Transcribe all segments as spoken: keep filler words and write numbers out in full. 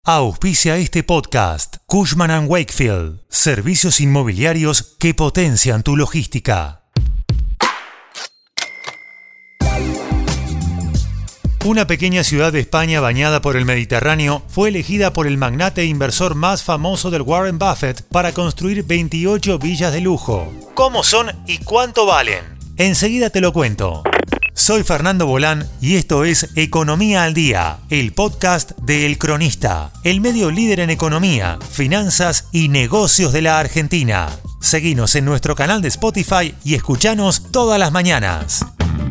Auspicia este podcast Cushman and Wakefield, servicios inmobiliarios que potencian tu logística. Una pequeña ciudad de España bañada por el Mediterráneo fue elegida por el magnate inversor más famoso del Warren Buffett para construir veintiocho villas de lujo. ¿Cómo son y cuánto valen? Enseguida te lo cuento. Soy Fernando Bolán y esto es Economía al Día, el podcast de El Cronista, el medio líder en economía, finanzas y negocios de la Argentina. Seguinos en nuestro canal de Spotify y escuchanos todas las mañanas.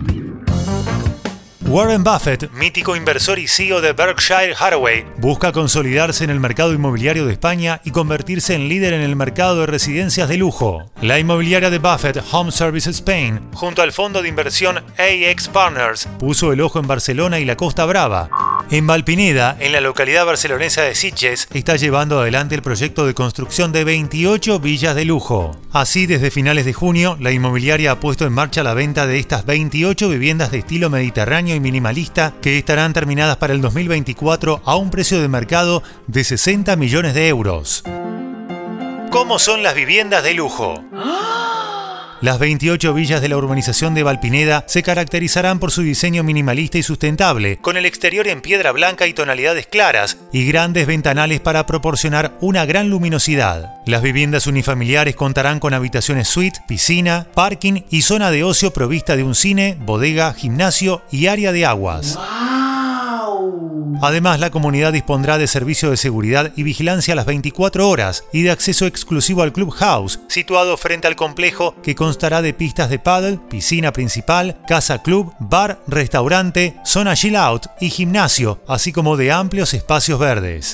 Warren Buffett, mítico inversor y C E O de Berkshire Hathaway, busca consolidarse en el mercado inmobiliario de España y convertirse en líder en el mercado de residencias de lujo. La inmobiliaria de Buffett, Home Service Spain, junto al fondo de inversión A X Partners, puso el ojo en Barcelona y la Costa Brava. En Valpineda, en la localidad barcelonesa de Sitges, está llevando adelante el proyecto de construcción de veintiocho villas de lujo. Así, desde finales de junio, la inmobiliaria ha puesto en marcha la venta de estas veintiocho viviendas de estilo mediterráneo y minimalista que estarán terminadas para el dos mil veinticuatro a un precio de mercado de sesenta millones de euros. ¿Cómo son las viviendas de lujo? Las veintiocho villas de la urbanización de Valpineda se caracterizarán por su diseño minimalista y sustentable, con el exterior en piedra blanca y tonalidades claras, y grandes ventanales para proporcionar una gran luminosidad. Las viviendas unifamiliares contarán con habitaciones suite, piscina, parking y zona de ocio provista de un cine, bodega, gimnasio y área de aguas. Además, la comunidad dispondrá de servicio de seguridad y vigilancia a las veinticuatro horas y de acceso exclusivo al Clubhouse, situado frente al complejo que constará de pistas de pádel, piscina principal, casa club, bar, restaurante, zona chill out y gimnasio, así como de amplios espacios verdes.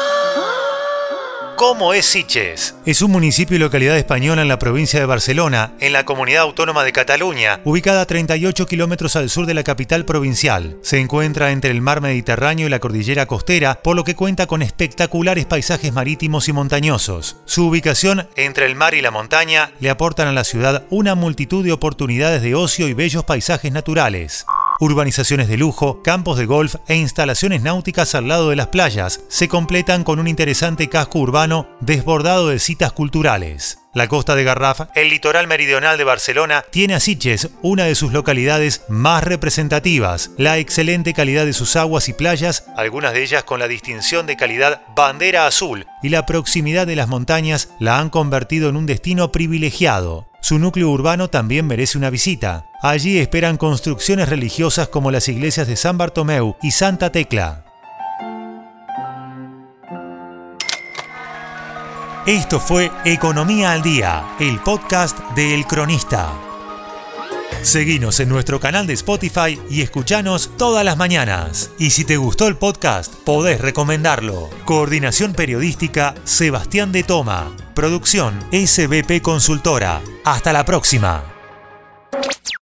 ¿Cómo es Sitges? Es un municipio y localidad española en la provincia de Barcelona, en la comunidad autónoma de Cataluña, ubicada a treinta y ocho kilómetros al sur de la capital provincial. Se encuentra entre el mar Mediterráneo y la cordillera costera, por lo que cuenta con espectaculares paisajes marítimos y montañosos. Su ubicación entre el mar y la montaña le aportan a la ciudad una multitud de oportunidades de ocio y bellos paisajes naturales. Urbanizaciones de lujo, campos de golf e instalaciones náuticas al lado de las playas se completan con un interesante casco urbano desbordado de citas culturales. La Costa de Garraf, el litoral meridional de Barcelona, tiene a Sitges una de sus localidades más representativas. La excelente calidad de sus aguas y playas, algunas de ellas con la distinción de calidad bandera azul, y la proximidad de las montañas la han convertido en un destino privilegiado. Su núcleo urbano también merece una visita. Allí esperan construcciones religiosas como las iglesias de San Bartomeu y Santa Tecla. Esto fue Economía al Día, el podcast de El Cronista. Seguinos en nuestro canal de Spotify y escuchanos todas las mañanas. Y si te gustó el podcast, podés recomendarlo. Coordinación periodística, Sebastián de Toma. Producción, S B P Consultora. Hasta la próxima.